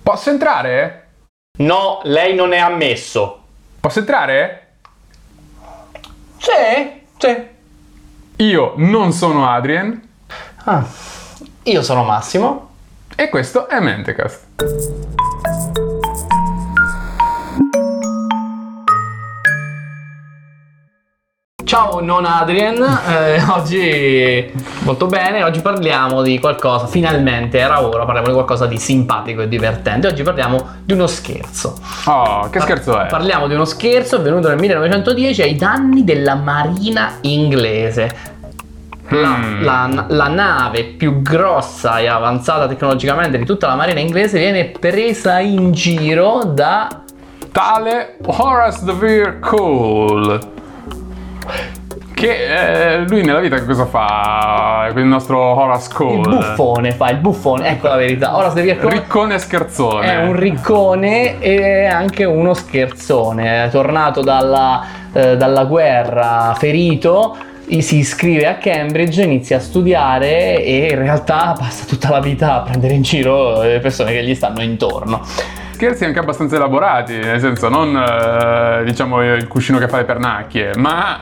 Posso entrare? No, lei non è ammesso. Posso entrare? Sì. Io non sono Adrien. Ah, io sono Massimo. E questo è Mentecast. Ciao non Adrien, oggi molto bene, oggi parliamo di qualcosa, finalmente era ora, parliamo di qualcosa di simpatico e divertente. Oggi parliamo di uno scherzo. Oh, che scherzo è? Parliamo di uno scherzo avvenuto nel 1910 ai danni della marina inglese. La nave più grossa e avanzata tecnologicamente di tutta la marina inglese viene presa in giro da tale Horace de Vere Cole. Che lui nella vita cosa fa? Il nostro Horace Cole. Il buffone, ecco la verità. Horace de Vere Cole riccone e scherzone. È un riccone e anche uno scherzone. È tornato dalla guerra ferito, si iscrive a Cambridge, inizia a studiare e in realtà passa tutta la vita a prendere in giro le persone che gli stanno intorno. Scherzi anche abbastanza elaborati, nel senso non diciamo il cuscino che fa le pernacchie, ma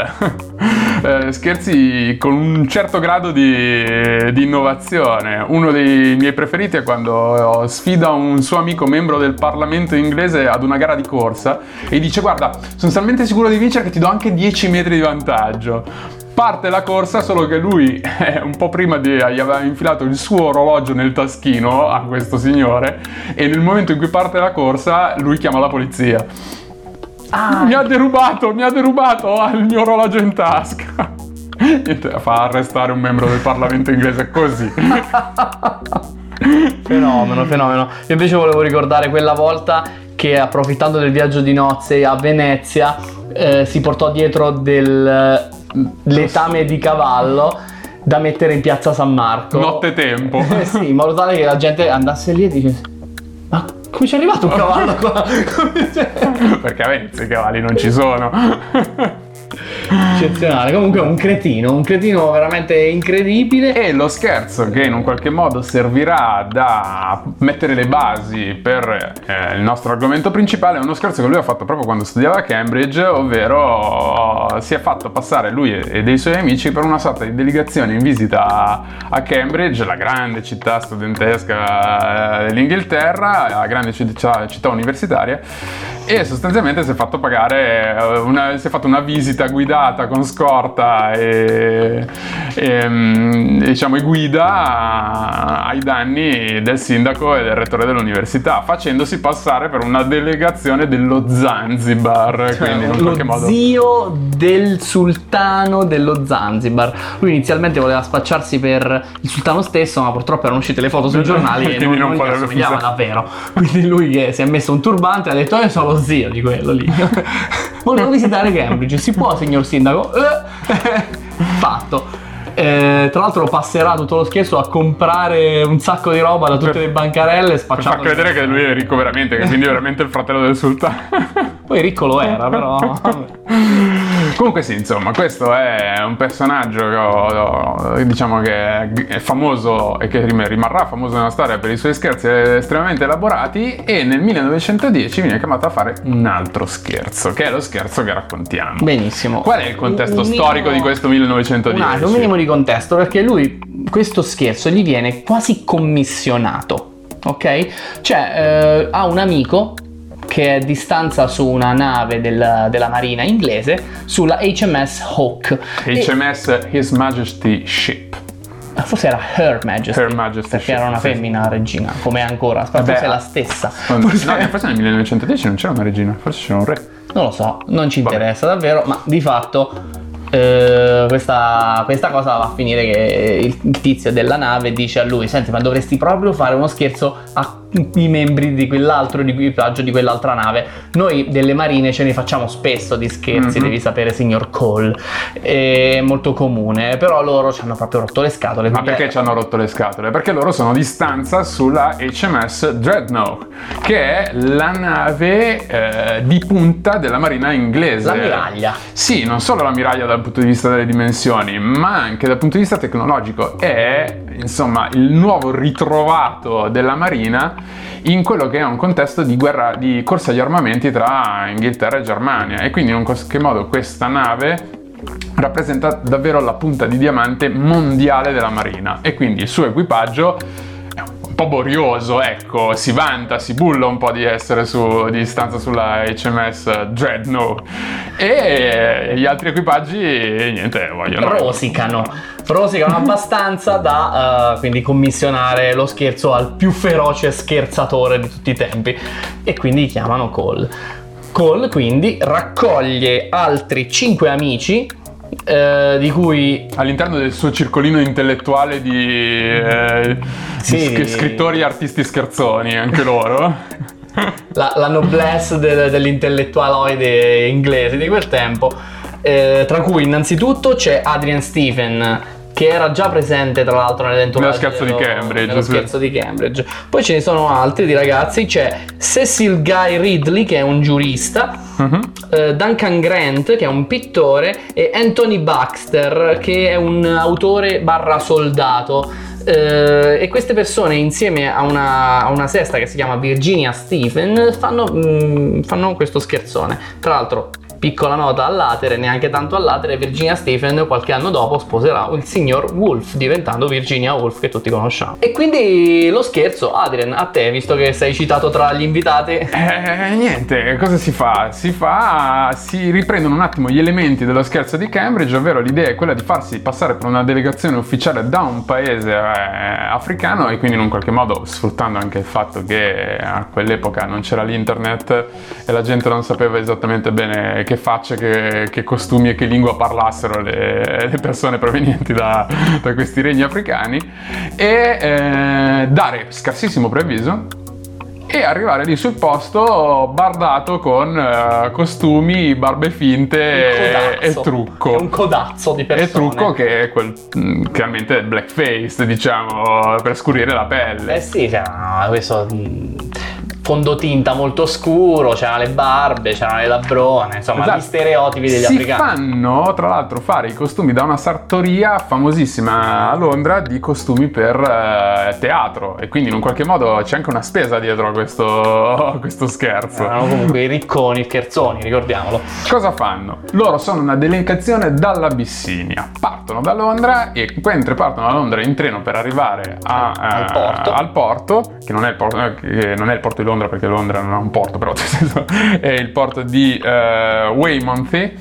scherzi con un certo grado di innovazione. Uno dei miei preferiti è quando sfida un suo amico membro del Parlamento inglese ad una gara di corsa e dice: guarda, sono talmente sicuro di vincere che ti do anche 10 metri di vantaggio. Parte la corsa, solo che lui un po' prima gli aveva infilato il suo orologio nel taschino a questo signore e nel momento in cui parte la corsa lui chiama la polizia. Mi ha derubato il mio orologio in tasca. Niente, fa arrestare un membro del Parlamento inglese così. Fenomeno. Io invece volevo ricordare quella volta che, approfittando del viaggio di nozze a Venezia, si portò dietro letame di cavallo da mettere in piazza San Marco nottetempo. Sì, in modo tale che la gente andasse lì e dice: ma come ci è arrivato un cavallo qua? Perché a Venezia i cavalli non ci sono. Eccezionale. Comunque un cretino veramente incredibile. E lo scherzo, che in un qualche modo servirà da mettere le basi per il nostro argomento principale, è uno scherzo che lui ha fatto proprio quando studiava a Cambridge, ovvero si è fatto passare lui e dei suoi amici per una sorta di delegazione in visita a Cambridge, la grande città studentesca dell'Inghilterra, la grande città universitaria, e sostanzialmente si è fatto pagare si è fatto una visita guidata con scorta e diciamo e guida ai danni del sindaco e del rettore dell'università, facendosi passare per una delegazione dello Zanzibar, quindi in un qualche modo zio del sultano dello Zanzibar. Lui inizialmente voleva spacciarsi per il sultano stesso, ma purtroppo erano uscite le foto sui giornali e non gli assomigliava davvero. Quindi lui, che si è messo un turbante, ha detto: io sono lo zio di quello lì. Volevo visitare Cambridge, si può, signor sindaco? Fatto. Tra l'altro passerà tutto lo scherzo a comprare un sacco di roba da tutte le bancarelle, per far credere che lui è ricco veramente, che quindi è veramente il fratello del sultano. Poi ricco lo era, però. Comunque sì, insomma, questo è un personaggio che diciamo che è famoso e che rimarrà famoso nella storia per i suoi scherzi estremamente elaborati, e nel 1910 viene chiamato a fare un altro scherzo, che è lo scherzo che raccontiamo. Benissimo. Qual è il contesto storico di questo 1910? Un minimo di contesto, perché questo scherzo gli viene quasi commissionato, ok? Cioè ha un amico che è di stanza su una nave della marina inglese, sulla HMS Hawke. HMS His Majesty Ship. Forse era Her Majesty, perché Ship, era una femmina regina, come ancora, forse è la stessa. Forse nel 1910 non c'era una regina, forse c'era un re. Non lo so, non ci interessa davvero, ma di fatto questa cosa va a finire che il tizio della nave dice a lui: senti, ma dovresti proprio fare uno scherzo ai membri di quell'altro di equipaggio di quell'altra nave. Noi delle marine ce ne facciamo spesso di scherzi, devi sapere, signor Cole, è molto comune, però loro ci hanno proprio rotto le scatole. Ma perché ci hanno rotto le scatole? Perché loro sono di stanza sulla HMS Dreadnought, che è la nave di punta della marina inglese. L'ammiraglia. Sì, non solo l'ammiraglia dal punto di vista delle dimensioni, ma anche dal punto di vista tecnologico. È insomma il nuovo ritrovato della marina, in quello che è un contesto di guerra, di corsa agli armamenti tra Inghilterra e Germania, e quindi in un qualche modo questa nave rappresenta davvero la punta di diamante mondiale della marina, e quindi il suo equipaggio è un po' borioso, ecco, si vanta, si bulla un po' di essere di distanza sulla HMS Dreadnought, e gli altri equipaggi niente, vogliono rosicano abbastanza da quindi commissionare lo scherzo al più feroce scherzatore di tutti i tempi, e quindi chiamano Cole. Cole quindi raccoglie altri 5 amici, di cui all'interno del suo circolino intellettuale di scrittori e artisti scherzoni, anche loro. la noblesse dell'intellettualoide inglese di quel tempo, tra cui innanzitutto c'è Adrian Stephen, che era già presente tra l'altro nello scherzo di Cambridge. Nello scherzo di Cambridge. Poi ce ne sono altri di ragazzi, c'è Cecil Guy Ridley, che è un giurista, Duncan Grant, che è un pittore, e Anthony Baxter, che è un autore / soldato. E queste persone, insieme a una sesta che si chiama Virginia Stephen, fanno questo scherzone. Tra l'altro, piccola nota all'atere, neanche tanto all'atere, Virginia Stephen qualche anno dopo sposerà il signor Woolf, diventando Virginia Woolf, che tutti conosciamo. E quindi lo scherzo, Adrian, a te, visto che sei citato tra gli invitati. Niente, cosa si fa? Si riprendono un attimo gli elementi dello scherzo di Cambridge, ovvero l'idea è quella di farsi passare per una delegazione ufficiale da un paese africano, e quindi in un qualche modo sfruttando anche il fatto che a quell'epoca non c'era l'internet e la gente non sapeva esattamente bene che facce, che costumi e che lingua parlassero le persone provenienti da questi regni africani, e dare scarsissimo preavviso e arrivare lì sul posto bardato con costumi, barbe finte e trucco. È un codazzo di persone. E trucco che è chiaramente blackface, diciamo, per scurire la pelle. Sì, questo fondotinta molto scuro, c'erano le barbe, c'erano le labbrone, insomma, esatto. Gli stereotipi degli africani. Si fanno, tra l'altro, fare i costumi da una sartoria famosissima a Londra di costumi per teatro, e quindi in un qualche modo c'è anche una spesa dietro a questo scherzo. Erano comunque i ricconi, scherzoni, ricordiamolo. Cosa fanno? Loro sono una delegazione dall'Abissinia, partono da Londra, e mentre partono da Londra in treno per arrivare al porto, che non è il porto di Londra, perché Londra non ha un porto, però è il porto di Weymouth.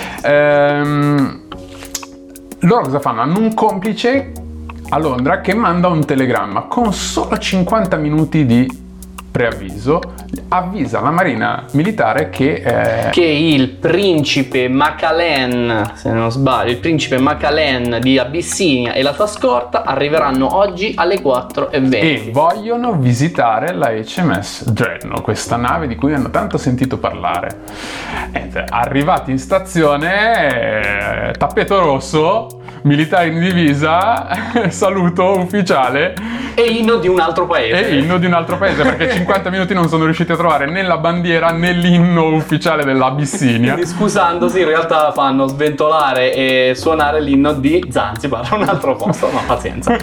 Loro cosa fanno? Hanno un complice a Londra che manda un telegramma con solo 50 minuti di preavviso, avvisa la marina militare che il principe Macallan, se non sbaglio, il principe Macallan di Abissinia e la sua scorta arriveranno oggi alle 4:20 e vogliono visitare la HMS Dreadnought, questa nave di cui hanno tanto sentito parlare. Arrivati in stazione, tappeto rosso, militari in divisa, saluto ufficiale e inno di un altro paese. Perché 50 minuti non sono riusciti a trovare né la bandiera né l'inno ufficiale dell'Abissinia. Quindi, scusandosi, in realtà fanno sventolare e suonare l'inno di Zanzibar, un altro posto. No, pazienza.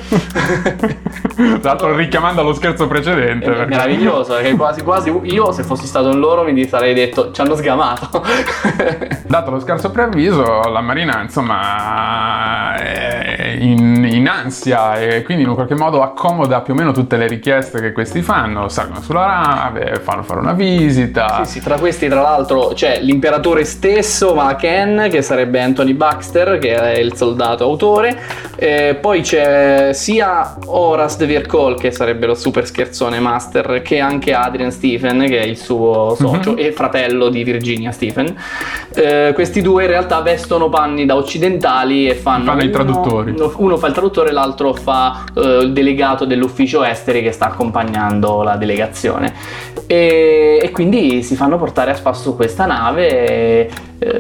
Tra l'altro richiamando allo scherzo precedente. È meraviglioso, perché quasi io, se fossi stato in loro, mi sarei detto ci hanno sgamato. Dato lo scarso preavviso, la marina insomma è in ansia, e quindi in un qualche modo accomoda più o meno tutte le richieste che questi fanno. Salgono sulla nave, fanno fare una visita. Sì, tra questi tra l'altro c'è l'imperatore stesso, Macallan, che sarebbe Anthony Baxter, che è il soldato autore, poi c'è sia Horace de Vere, che sarebbe lo super scherzone master, che anche Adrian Stephen, che è il suo socio e fratello di Virginia Stephen. Questi due in realtà vestono panni da occidentali e fanno i traduttori. Uno fa il traduttore, l'altro fa il delegato dell'ufficio esteri che sta accompagnando la delegazione, e quindi si fanno portare a spasso questa nave,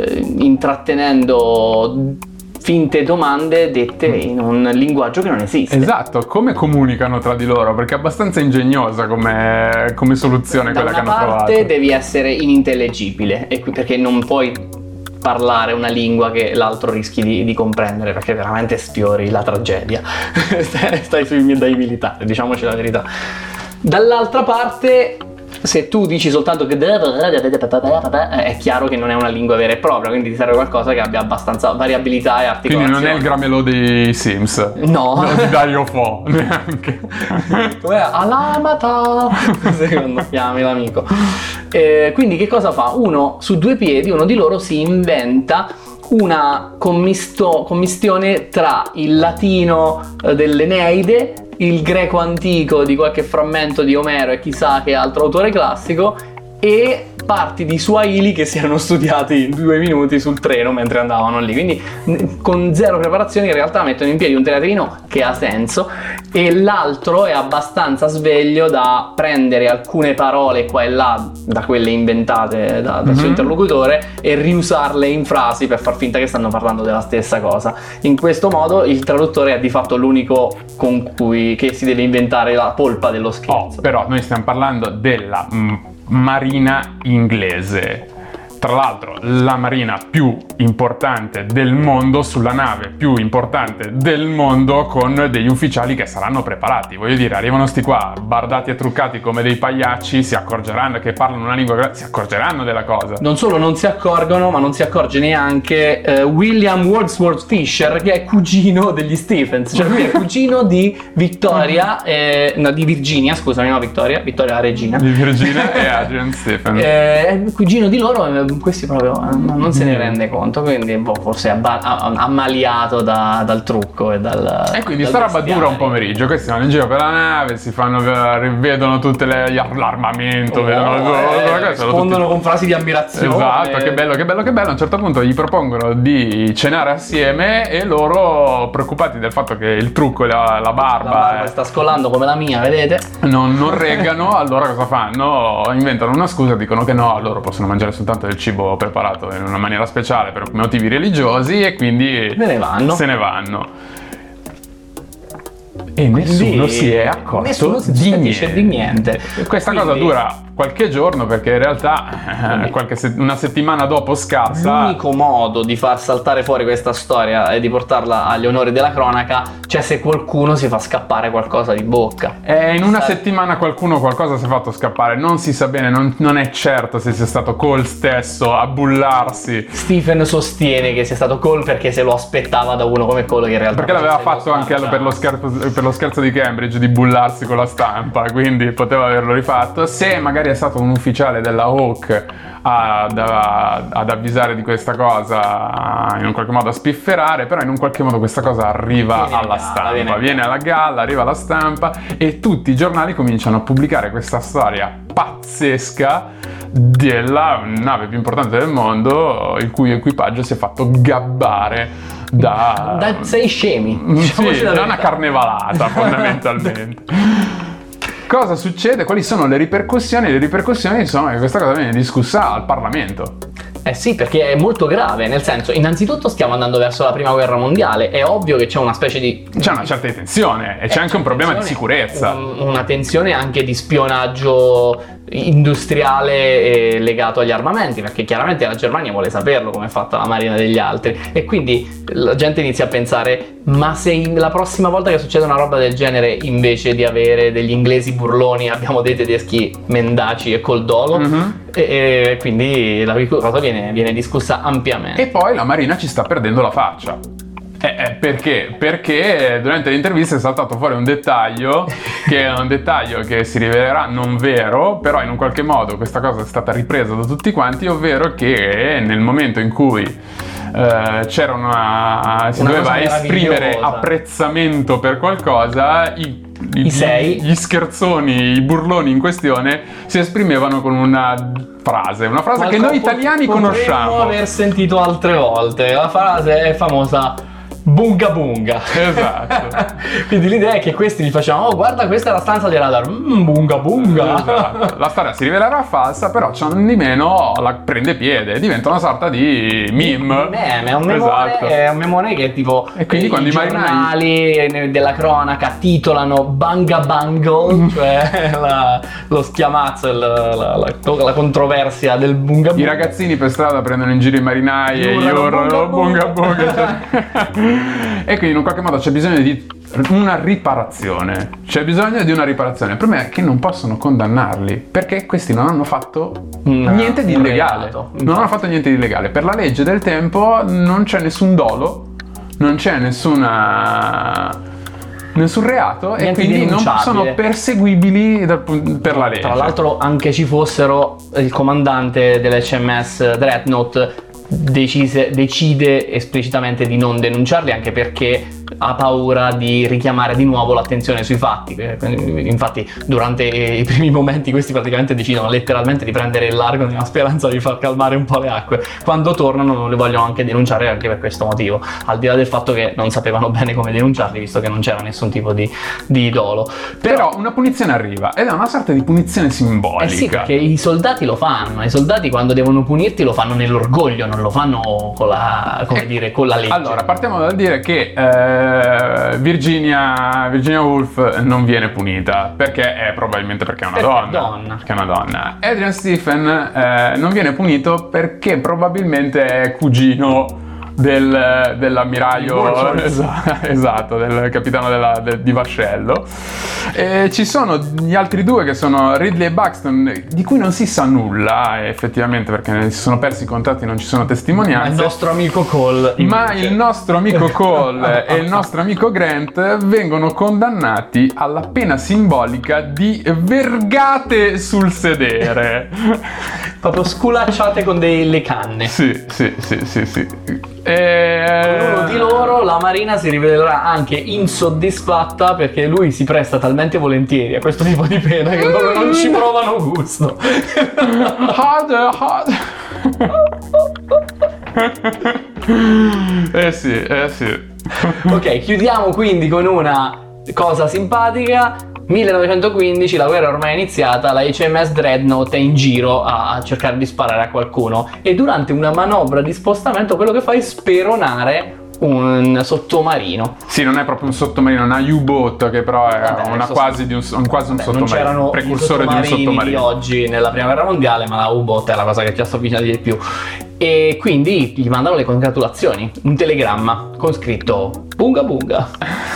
intrattenendo finte domande dette in un linguaggio che non esiste. Esatto, come comunicano tra di loro? Perché è abbastanza ingegnosa come soluzione quella che hanno trovato. Da una parte devi essere inintellegibile, perché non puoi parlare una lingua che l'altro rischi di comprendere, perché veramente sfiori la tragedia. Stai dai militari, diciamoci la verità. Dall'altra parte, se tu dici soltanto che è chiaro che non è una lingua vera e propria, quindi ti serve qualcosa che abbia abbastanza variabilità e articolazione. Quindi non è il Gramelo dei Sims. No. Non di Dario Fo, neanche. Com'è? Alamata, secondo chiami l'amico. Quindi che cosa fa? Uno su due piedi, uno di loro si inventa una commistione tra il latino dell'Eneide, il greco antico di qualche frammento di Omero e chissà che altro autore classico, e parti di Swahili che si erano studiati in 2 minuti sul treno mentre andavano lì. Quindi con zero preparazione in realtà mettono in piedi un teatrino che ha senso, e l'altro è abbastanza sveglio da prendere alcune parole qua e là da quelle inventate dal suo interlocutore e riusarle in frasi per far finta che stanno parlando della stessa cosa. In questo modo il traduttore è di fatto l'unico con cui che si deve inventare la polpa dello scherzo. Però noi stiamo parlando della marina inglese, tra l'altro la marina più importante del mondo, sulla nave più importante del mondo, con degli ufficiali che saranno preparati. Voglio dire, arrivano sti qua bardati e truccati come dei pagliacci, si accorgeranno che parlano una lingua, si accorgeranno della cosa. Non solo non si accorgono, ma non si accorge neanche William Wordsworth Fisher, che è cugino degli Stephens, cioè lui è cugino di Victoria, no, di Virginia, scusami, no, Victoria la regina. Di Virginia e Adrian Stephens. È cugino di loro, questi proprio non se ne rende conto, quindi forse è ammaliato dal trucco e dal. E quindi sta roba dura un pomeriggio, questi vanno in giro per la nave, si fanno, vedono tutte l'armamento, rispondono con frasi di ammirazione. Esatto, che bello, che bello, che bello. A un certo punto gli propongono di cenare assieme e loro, preoccupati del fatto che il trucco e la barba sta scolando come la mia, vedete? Non reggano, allora cosa fanno? Inventano una scusa, dicono che no, loro possono mangiare soltanto del cibo preparato in una maniera speciale per motivi religiosi, e quindi se ne vanno. E nessuno si è accorto di niente. Questa cosa dura qualche giorno, perché in realtà una settimana dopo scarsa. L'unico modo di far saltare fuori questa storia e di portarla agli onori della cronaca c'è se qualcuno si fa scappare qualcosa di bocca. In una settimana qualcuno qualcosa si è fatto scappare, non si sa bene, non è certo se sia stato Cole stesso a bullarsi. Stephen sostiene che sia stato Cole perché se lo aspettava da uno come Cole, che in realtà perché l'aveva fatto anche per lo scherzo di Cambridge, di bullarsi con la stampa, quindi poteva averlo rifatto. Se magari è stato un ufficiale della Hawk ad avvisare di questa cosa, in un qualche modo a spifferare, però in un qualche modo questa cosa arriva alla stampa, viene alla galla, arriva alla stampa, e tutti i giornali cominciano a pubblicare questa storia pazzesca della nave più importante del mondo, il cui equipaggio si è fatto gabbare da 6 scemi, sì, da una carnevalata fondamentalmente. Cosa succede? Quali sono le ripercussioni? Le ripercussioni sono che questa cosa viene discussa al Parlamento. Sì, perché è molto grave, nel senso, innanzitutto stiamo andando verso la prima guerra mondiale, è ovvio che c'è una specie di. C'è una certa tensione e c'è anche un problema di sicurezza. Una tensione anche di spionaggio industriale legato agli armamenti, perché chiaramente la Germania vuole saperlo come è fatta la marina degli altri, e quindi la gente inizia a pensare: ma se la prossima volta che succede una roba del genere, invece di avere degli inglesi burloni, abbiamo dei tedeschi mendaci e col dolo? E quindi la cosa viene discussa ampiamente. E poi la marina ci sta perdendo la faccia. Perché? Perché durante l'intervista è saltato fuori un dettaglio che è un dettaglio che si rivelerà non vero, però in un qualche modo questa cosa è stata ripresa da tutti quanti, ovvero che nel momento in cui si doveva esprimere apprezzamento per qualcosa, gli scherzoni, i burloni in questione si esprimevano con una frase che noi italiani conosciamo. Potremmo aver sentito altre volte. La frase è famosa: bunga bunga. Esatto. Quindi l'idea è che questi gli facevano: oh, guarda, questa è la stanza di radar, bunga bunga. Esatto. La storia si rivelerà falsa, però ciò di meno la prende piede, diventa una sorta di meme. È un memone, esatto. È un memone che tipo, e quindi quando i giornali della cronaca titolano Banga Bangle, cioè lo schiamazzo, la controversia del bunga bunga. I ragazzini per strada prendono in giro i marinai e urlano bunga bunga. E quindi in un qualche modo c'è bisogno di una riparazione. C'è bisogno di una riparazione. Il problema è che non possono condannarli perché questi non hanno fatto niente di illegale. Non hanno fatto niente di illegale. Per la legge del tempo non c'è nessun dolo, non c'è nessun reato e quindi non sono perseguibili per la legge. Tra l'altro, anche ci fossero, il comandante dell'HMS Dreadnought decide esplicitamente di non denunciarli, anche perché ha paura di richiamare di nuovo l'attenzione sui fatti. Infatti durante i primi momenti questi praticamente decidono letteralmente di prendere il largo nella speranza di far calmare un po' le acque. Quando tornano non li vogliono anche denunciare anche per questo motivo, al di là del fatto che non sapevano bene come denunciarli, visto che non c'era nessun tipo di dolo. Però una punizione arriva ed è una sorta di punizione simbolica. Sì, perché i soldati lo fanno, i soldati quando devono punirti lo fanno nell'orgoglio, non lo fanno con la legge. Allora, partiamo dal dire che Virginia Woolf non viene punita probabilmente perché è una donna. Perché è una donna. Adrian Stephen non viene punito perché probabilmente è cugino dell'ammiraglio, esatto, del capitano di vascello. E ci sono gli altri due che sono Ridley e Buxton, di cui non si sa nulla effettivamente perché si sono persi i contatti, non ci sono testimonianze. Ma il nostro amico Cole e il nostro amico Grant vengono condannati alla pena simbolica di vergate sul sedere. Proprio sculacciate con delle canne. Sì. Con uno di loro la Marina si rivelerà anche insoddisfatta perché lui si presta talmente volentieri a questo tipo di pena che loro non ci provano gusto. Hard. Sì. Ok, chiudiamo quindi con una cosa simpatica. 1915, la guerra ormai è iniziata, la HMS Dreadnought è in giro a cercare di sparare a qualcuno e durante una manovra di spostamento quello che fa è speronare un sottomarino. Sì, non è proprio un sottomarino, una U-boat che però è quasi un sottomarino, non c'erano precursore di un sottomarino di oggi nella prima guerra mondiale, ma la U-boat è la cosa che ci assomiglia di più. E quindi gli mandano le congratulazioni, un telegramma con scritto bunga bunga.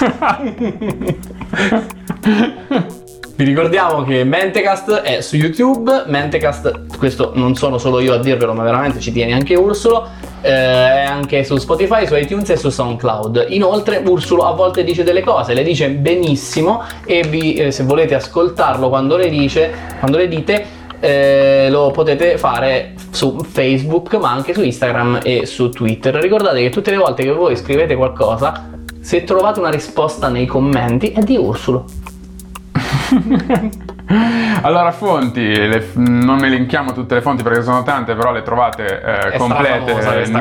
Vi ricordiamo che Mentecast è su YouTube. Mentecast, questo non sono solo io a dirvelo, ma veramente ci tiene anche Ursulo. È anche su Spotify, su iTunes e su SoundCloud. Inoltre Ursulo a volte dice delle cose, le dice benissimo e se volete ascoltarlo quando le dite, lo potete fare su Facebook, ma anche su Instagram e su Twitter. Ricordate che tutte le volte che voi scrivete qualcosa, se trovate una risposta nei commenti, è di Ursulo. Allora, fonti, non elenchiamo tutte le fonti perché sono tante, però le trovate complete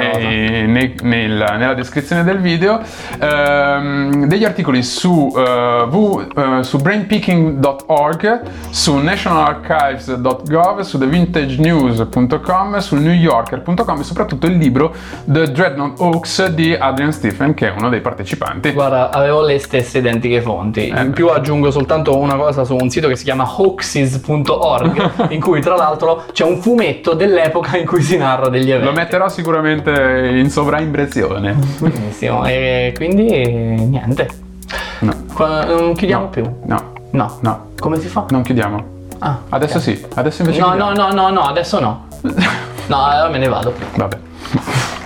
nella descrizione del video. Degli articoli su brainpicking.org, su nationalarchives.gov, su thevintagenews.com, su newyorker.com e soprattutto il libro The Dreadnought Hoax di Adrian Stephen, che è uno dei partecipanti. Guarda, avevo le stesse identiche fonti. In più aggiungo soltanto una cosa su un sito che si chiama hoaxes.org in cui tra l'altro c'è un fumetto dell'epoca in cui si narra degli eventi. Lo metterò sicuramente in sovraimpressione. Benissimo, e quindi niente. No. Non chiudiamo più? No. Come si fa? Non chiudiamo. Adesso okay. Sì, adesso invece no, adesso no. No, me ne vado. Vabbè.